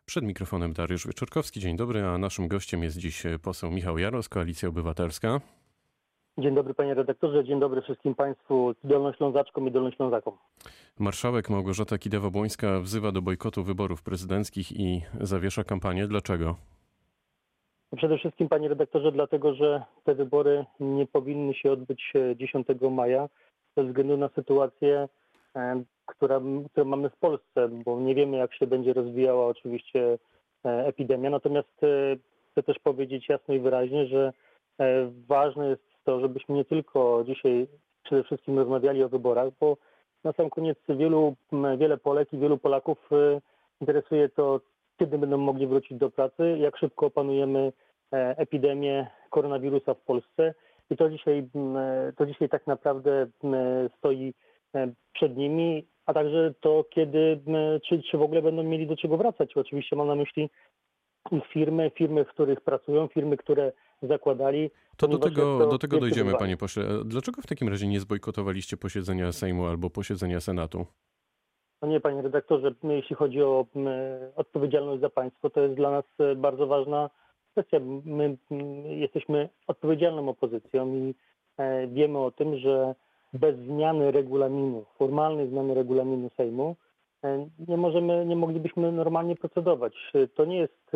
Przed mikrofonem Dariusz Wieczorkowski. Dzień dobry, a naszym gościem jest dziś poseł Michał Jaros, Koalicja Obywatelska. Dzień dobry panie redaktorze, dzień dobry wszystkim państwu dolnoślązaczkom i dolnoślązakom. Marszałek Małgorzata Kidawa-Błońska wzywa do bojkotu wyborów prezydenckich i zawiesza kampanię. Dlaczego? Przede wszystkim panie redaktorze dlatego, że te wybory nie powinny się odbyć 10 maja ze względu na sytuację, którą mamy w Polsce, bo nie wiemy jak się będzie rozwijała oczywiście epidemia. Natomiast chcę też powiedzieć jasno i wyraźnie, że ważne jest to, żebyśmy nie tylko dzisiaj przede wszystkim rozmawiali o wyborach, bo na sam koniec wiele Polek i wielu Polaków interesuje to, kiedy będą mogli wrócić do pracy, jak szybko opanujemy epidemię koronawirusa w Polsce. I to dzisiaj tak naprawdę stoi przed nimi, a także to, czy w ogóle będą mieli do czego wracać. Oczywiście mam na myśli ich firmy, w których pracują, firmy, które zakładali. To do tego dojdziemy, panie pośle. Dlaczego w takim razie nie zbojkotowaliście posiedzenia Sejmu albo posiedzenia Senatu? No nie, panie redaktorze, jeśli chodzi o odpowiedzialność za państwo, to jest dla nas bardzo ważna kwestia. My jesteśmy odpowiedzialną opozycją i wiemy o tym, że bez zmiany regulaminu, formalnej zmiany regulaminu Sejmu, nie moglibyśmy normalnie procedować. To nie jest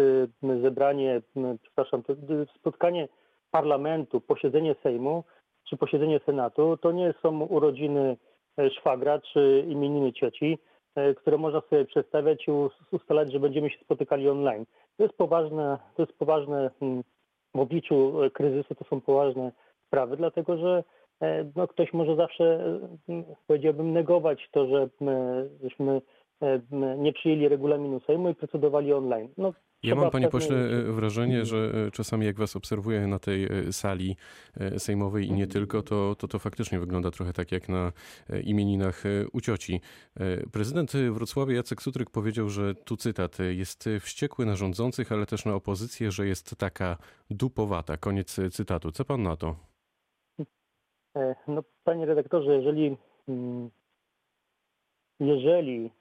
spotkanie parlamentu, posiedzenie Sejmu czy posiedzenie Senatu, to nie są urodziny szwagra czy imieniny cioci, które można sobie przedstawiać i ustalać, że będziemy się spotykali online. To jest poważne w obliczu kryzysu, to są poważne sprawy, dlatego że ktoś może zawsze, powiedziałbym, negować to, żeśmy nie przyjęli regulaminu Sejmu i procedowali online. Ja mam, panie pośle, wrażenie, że czasami jak was obserwuję na tej sali sejmowej i nie tylko, to faktycznie wygląda trochę tak jak na imieninach u cioci. Prezydent Wrocławia Jacek Sutryk powiedział, że, tu cytat, jest wściekły na rządzących, ale też na opozycję, że jest taka dupowata. Koniec cytatu. Co pan na to? Panie redaktorze, jeżeli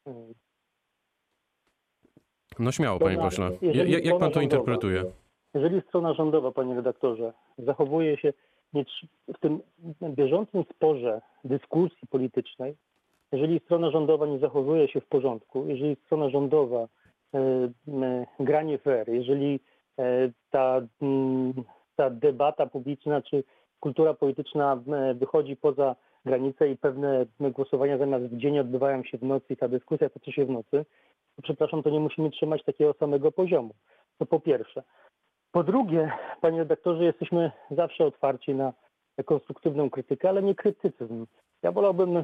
No śmiało, panie pośle. Jak pan to interpretuje? Jeżeli strona rządowa, panie redaktorze, zachowuje się w tym bieżącym sporze dyskusji politycznej, jeżeli strona rządowa nie zachowuje się w porządku, jeżeli strona rządowa gra nie fair, jeżeli ta debata publiczna czy kultura polityczna wychodzi poza granice i pewne głosowania zamiast w dzień odbywają się w nocy i ta dyskusja toczy się w nocy, przepraszam, to nie musimy trzymać takiego samego poziomu. To po pierwsze. Po drugie, panie redaktorze, jesteśmy zawsze otwarci na konstruktywną krytykę, ale nie krytycyzm. Ja wolałbym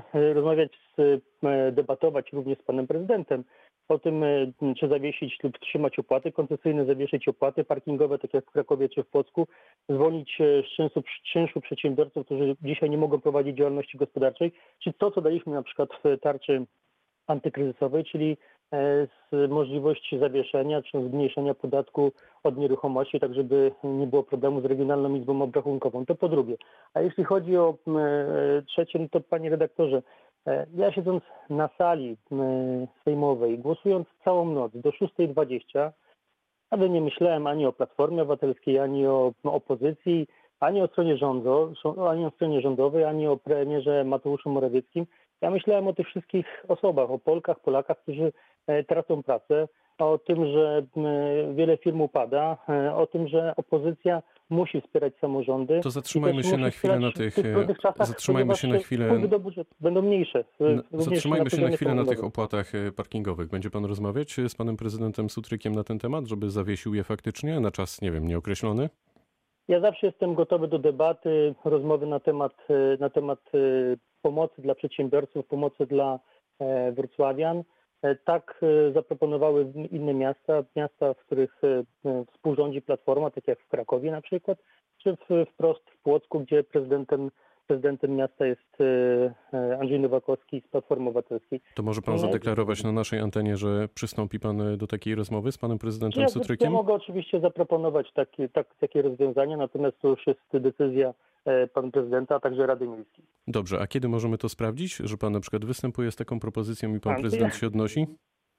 debatować również z panem prezydentem o tym, czy zawiesić lub trzymać opłaty koncesyjne, zawieszyć opłaty parkingowe, tak jak w Krakowie czy w Płocku, zwolnić z czynszu przedsiębiorców, którzy dzisiaj nie mogą prowadzić działalności gospodarczej, czy to, co daliśmy na przykład w tarczy antykryzysowej, czyli z możliwości zawieszenia czy zmniejszenia podatku od nieruchomości, tak żeby nie było problemu z Regionalną Izbą Obrachunkową. To po drugie. A jeśli chodzi o trzecie, to panie redaktorze, ja siedząc na sali sejmowej, głosując całą noc do 6:20, nawet nie myślałem ani o Platformie Obywatelskiej, ani o opozycji, ani o stronie rządowej, ani o premierze Mateuszu Morawieckim. Ja myślałem o tych wszystkich osobach, o Polkach, Polakach, którzy tracą pracę, o tym, że wiele firm upada, o tym, że opozycja musi wspierać samorządy. To zatrzymajmy się na chwilę na tych. Zatrzymajmy się na chwilę. Wpływy do budżetu będą mniejsze. Zatrzymajmy się na chwilę na tych opłatach parkingowych. Będzie pan rozmawiać z panem prezydentem Sutrykiem na ten temat, żeby zawiesił je faktycznie na czas, nie wiem, nieokreślony? Ja zawsze jestem gotowy do debaty, rozmowy na temat pomocy dla przedsiębiorców, pomocy dla wrocławian. Tak zaproponowały inne miasta, w których współrządzi Platforma, tak jak w Krakowie na przykład, czy wprost w Płocku, gdzie prezydentem miasta jest Andrzej Nowakowski z Platformy Obywatelskiej. To może pan zadeklarować na naszej antenie, że przystąpi pan do takiej rozmowy z panem prezydentem Sutrykiem? Ja mogę oczywiście zaproponować takie rozwiązania, natomiast to już jest decyzja pana prezydenta, a także Rady Miejskiej. Dobrze, a kiedy możemy to sprawdzić, że pan na przykład występuje z taką propozycją i pan prezydent się odnosi?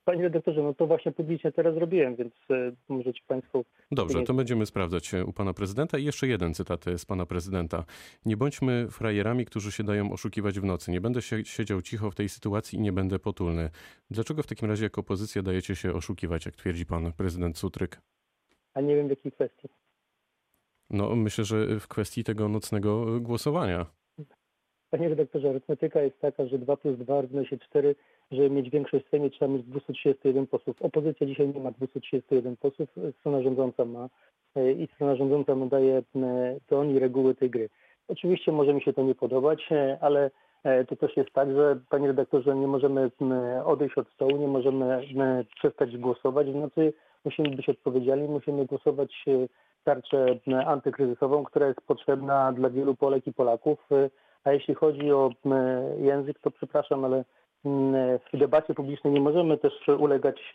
Panie redaktorze, no to właśnie publicznie teraz zrobiłem, więc możecie Państwo... Dobrze, to będziemy sprawdzać u pana prezydenta. I jeszcze jeden cytat z pana prezydenta. Nie bądźmy frajerami, którzy się dają oszukiwać w nocy. Nie będę siedział cicho w tej sytuacji i nie będę potulny. Dlaczego w takim razie jako opozycja dajecie się oszukiwać, jak twierdzi pan prezydent Sutryk? A nie wiem w jakiej kwestii. No, myślę, że w kwestii tego nocnego głosowania. Panie redaktorze, arytmetyka jest taka, że 2 plus 2 równa się 4. Żeby mieć większość w Sejmie, trzeba mieć 231 posłów. Opozycja dzisiaj nie ma 231 posłów, strona rządząca ma i strona rządząca nadaje ton i reguły tej gry. Oczywiście może mi się to nie podobać, ale to też jest tak, że panie redaktorze, nie możemy odejść od stołu, nie możemy przestać głosować. W nocy musimy być odpowiedzialni, musimy głosować tarczę antykryzysową, która jest potrzebna dla wielu Polek i Polaków. A jeśli chodzi o język, to przepraszam, ale w debacie publicznej nie możemy też ulegać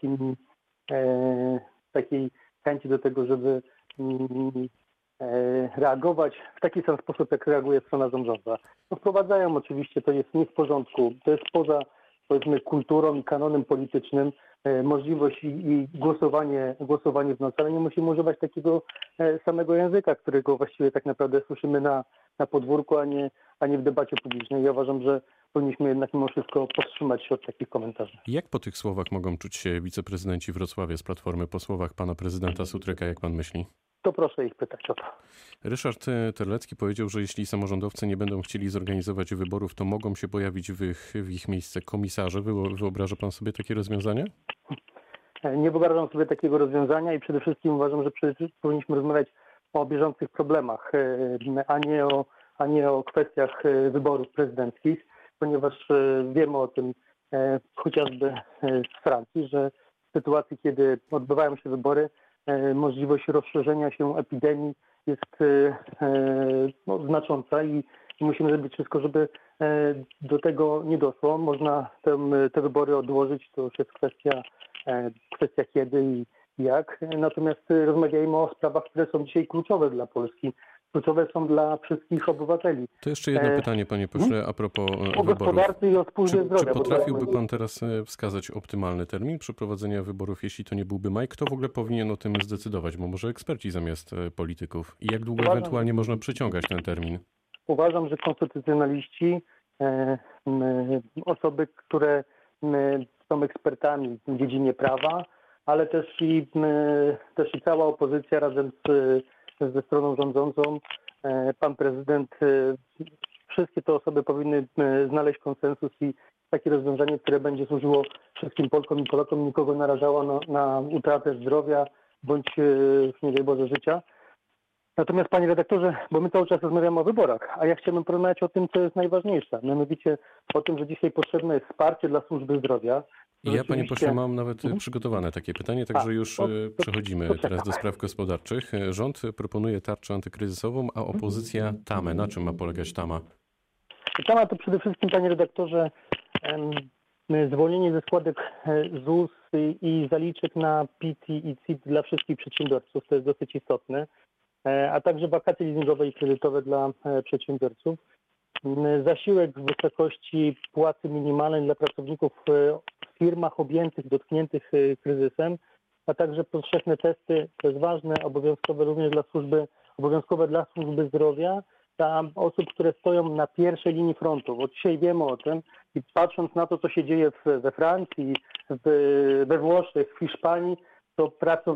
takiej chęci do tego, żeby reagować w taki sam sposób, jak reaguje strona rządząca. No wprowadzają oczywiście, to jest nie w porządku, to jest poza, powiedzmy, kulturą i kanonem politycznym możliwość i głosowanie w nocy, ale nie musimy używać takiego samego języka, którego właściwie tak naprawdę słyszymy na podwórku, a nie w debacie publicznej. Ja uważam, że powinniśmy jednak mimo wszystko powstrzymać się od takich komentarzy. Jak po tych słowach mogą czuć się wiceprezydenci Wrocławia z Platformy po słowach pana prezydenta Sutryka, jak pan myśli? To proszę ich pytać o to. Ryszard Terlecki powiedział, że jeśli samorządowcy nie będą chcieli zorganizować wyborów, to mogą się pojawić w ich miejsce komisarze. Wyobraża pan sobie takie rozwiązanie? Nie wyobrażam sobie takiego rozwiązania i przede wszystkim uważam, że powinniśmy rozmawiać o bieżących problemach, a nie o kwestiach wyborów prezydenckich, ponieważ wiemy o tym chociażby z Francji, że w sytuacji, kiedy odbywają się wybory, możliwość rozszerzenia się epidemii jest znacząca i musimy zrobić wszystko, żeby do tego nie doszło. Można te wybory odłożyć, to już jest kwestia kiedy i jak. Natomiast rozmawiajmy o sprawach, które są dzisiaj kluczowe dla Polski. Kluczowe są dla wszystkich obywateli. To jeszcze jedno pytanie, panie pośle, a propos o wyborów. Gospodarce i o służbie zdrowia. Czy potrafiłby pan teraz wskazać optymalny termin przeprowadzenia wyborów, jeśli to nie byłby maj? Kto w ogóle powinien o tym zdecydować? Bo może eksperci zamiast polityków? I jak długo ewentualnie można przeciągać ten termin? Uważam, że konstytucjonaliści, osoby, które są ekspertami w dziedzinie prawa, ale też i cała opozycja razem ze stroną rządzącą, pan prezydent, wszystkie te osoby powinny znaleźć konsensus i takie rozwiązanie, które będzie służyło wszystkim Polkom i Polakom, nikogo narażało na utratę zdrowia bądź, nie daj Boże, życia. Natomiast panie redaktorze, bo my cały czas rozmawiamy o wyborach, a ja chciałbym porozmawiać o tym, co jest najważniejsze. Mianowicie o tym, że dzisiaj potrzebne jest wsparcie dla służby zdrowia. Ja, panie pośle, mam nawet przygotowane takie pytanie, także już przechodzimy teraz do spraw gospodarczych. Rząd proponuje tarczę antykryzysową, a opozycja tamę. Na czym ma polegać tama? Tama to przede wszystkim, panie redaktorze, zwolnienie ze składek ZUS i zaliczek na PIT i CIT dla wszystkich przedsiębiorców, to jest dosyć istotne, a także wakacje leasingowe i kredytowe dla przedsiębiorców. Zasiłek w wysokości płacy minimalnej dla pracowników w firmach objętych, dotkniętych kryzysem, a także powszechne testy, to jest ważne, obowiązkowe również dla służby zdrowia, dla osób, które stoją na pierwszej linii frontu. Bo dzisiaj wiemy o tym i patrząc na to, co się dzieje we Francji, we Włoszech, w Hiszpanii, to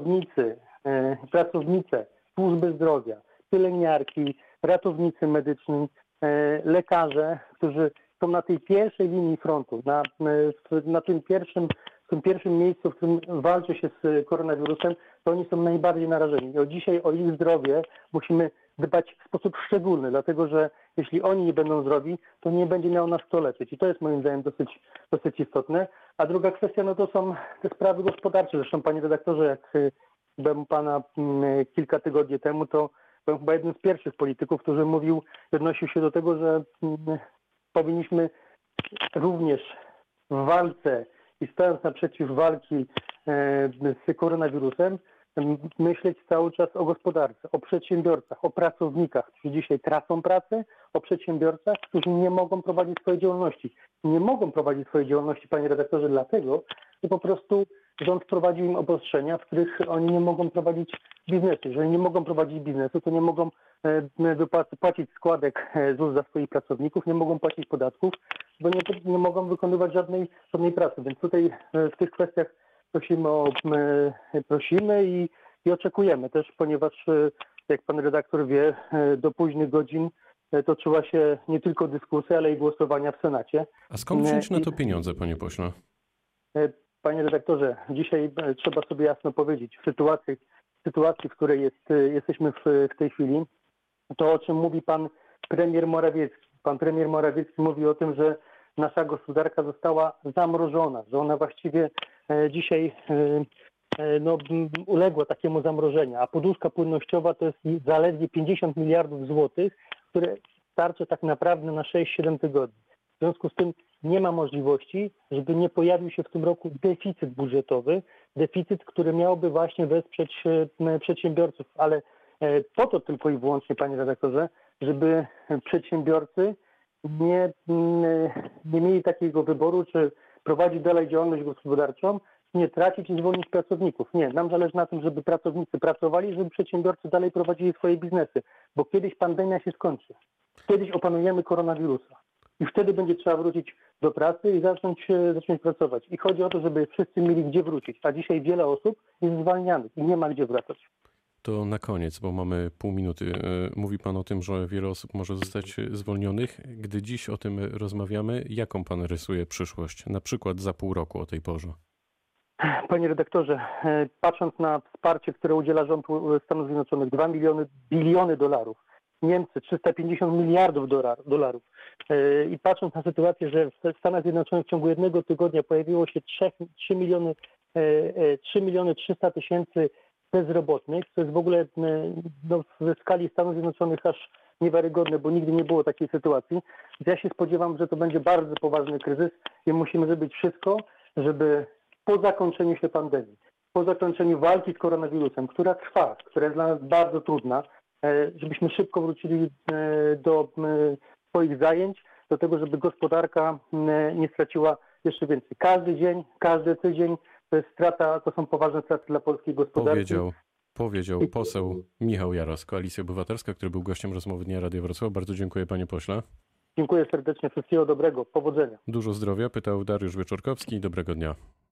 pracownice służby zdrowia, pielęgniarki, ratownicy medyczni, lekarze, którzy są na tej pierwszej linii frontu, na tym pierwszym miejscu, w którym walczy się z koronawirusem, to oni są najbardziej narażeni. I dzisiaj o ich zdrowie musimy dbać w sposób szczególny, dlatego że jeśli oni nie będą zdrowi, to nie będzie miało nas kto leczyć. I to jest moim zdaniem dosyć istotne. A druga kwestia, no to są te sprawy gospodarcze. Zresztą panie redaktorze, jak byłem u pana kilka tygodni temu, to byłem chyba jednym z pierwszych polityków, który odnosił się do tego, że powinniśmy również w walce i stojąc naprzeciw walki z koronawirusem, myśleć cały czas o gospodarce, o przedsiębiorcach, o pracownikach, którzy dzisiaj tracą pracę, o przedsiębiorcach, którzy nie mogą prowadzić swojej działalności. Nie mogą prowadzić swojej działalności, panie redaktorze, dlatego, że po prostu rząd wprowadził im obostrzenia, w których oni nie mogą prowadzić biznesu. Jeżeli nie mogą prowadzić biznesu, to nie mogą płacić składek ZUS za swoich pracowników, nie mogą płacić podatków, bo nie mogą wykonywać żadnej pracy. Więc tutaj w tych kwestiach prosimy i oczekujemy też, ponieważ jak pan redaktor wie, do późnych godzin toczyła się nie tylko dyskusja, ale i głosowania w Senacie. A skąd wziąć na to pieniądze, panie pośle? Panie redaktorze, dzisiaj trzeba sobie jasno powiedzieć, w sytuacji, w której jesteśmy w tej chwili, to o czym mówi pan premier Morawiecki. Pan premier Morawiecki mówi o tym, że nasza gospodarka została zamrożona, że ona właściwie dzisiaj uległa takiemu zamrożeniu, a poduszka płynnościowa to jest zaledwie 50 miliardów złotych, które starczy tak naprawdę na 6-7 tygodni. W związku z tym nie ma możliwości, żeby nie pojawił się w tym roku deficyt budżetowy, deficyt, który miałby właśnie wesprzeć przedsiębiorców, ale po to tylko i wyłącznie, panie redaktorze, żeby przedsiębiorcy nie mieli takiego wyboru, czy prowadzić dalej działalność gospodarczą, nie tracić i zwolnić pracowników. Nie, nam zależy na tym, żeby pracownicy pracowali, żeby przedsiębiorcy dalej prowadzili swoje biznesy, bo kiedyś pandemia się skończy. Kiedyś opanujemy koronawirusa i wtedy będzie trzeba wrócić do pracy i zacząć pracować. I chodzi o to, żeby wszyscy mieli gdzie wrócić, a dzisiaj wiele osób jest zwalnianych i nie ma gdzie wracać. To na koniec, bo mamy pół minuty. Mówi pan o tym, że wiele osób może zostać zwolnionych. Gdy dziś o tym rozmawiamy, jaką pan rysuje przyszłość, na przykład za pół roku o tej porze? Panie redaktorze, patrząc na wsparcie, które udziela rząd Stanów Zjednoczonych, 2 biliony dolarów, Niemcy 350 miliardów dolarów i patrząc na sytuację, że w Stanach Zjednoczonych w ciągu jednego tygodnia pojawiło się 3 miliony 300 tysięcy bezrobotnych, co jest w ogóle w skali Stanów Zjednoczonych aż niewiarygodne, bo nigdy nie było takiej sytuacji. Ja się spodziewam, że to będzie bardzo poważny kryzys i musimy zrobić wszystko, żeby po zakończeniu się pandemii, po zakończeniu walki z koronawirusem, która trwa, która jest dla nas bardzo trudna, żebyśmy szybko wrócili do swoich zajęć, do tego, żeby gospodarka nie straciła jeszcze więcej. Każdy dzień, każdy tydzień to jest strata, to są poważne straty dla polskiej gospodarki. Powiedział poseł Michał Jaros, Koalicja Obywatelska, który był gościem rozmowy Dnia Radia Wrocław. Bardzo dziękuję, panie pośle. Dziękuję serdecznie, wszystkiego dobrego, powodzenia. Dużo zdrowia, pytał Dariusz Wieczorkowski. Dobrego dnia.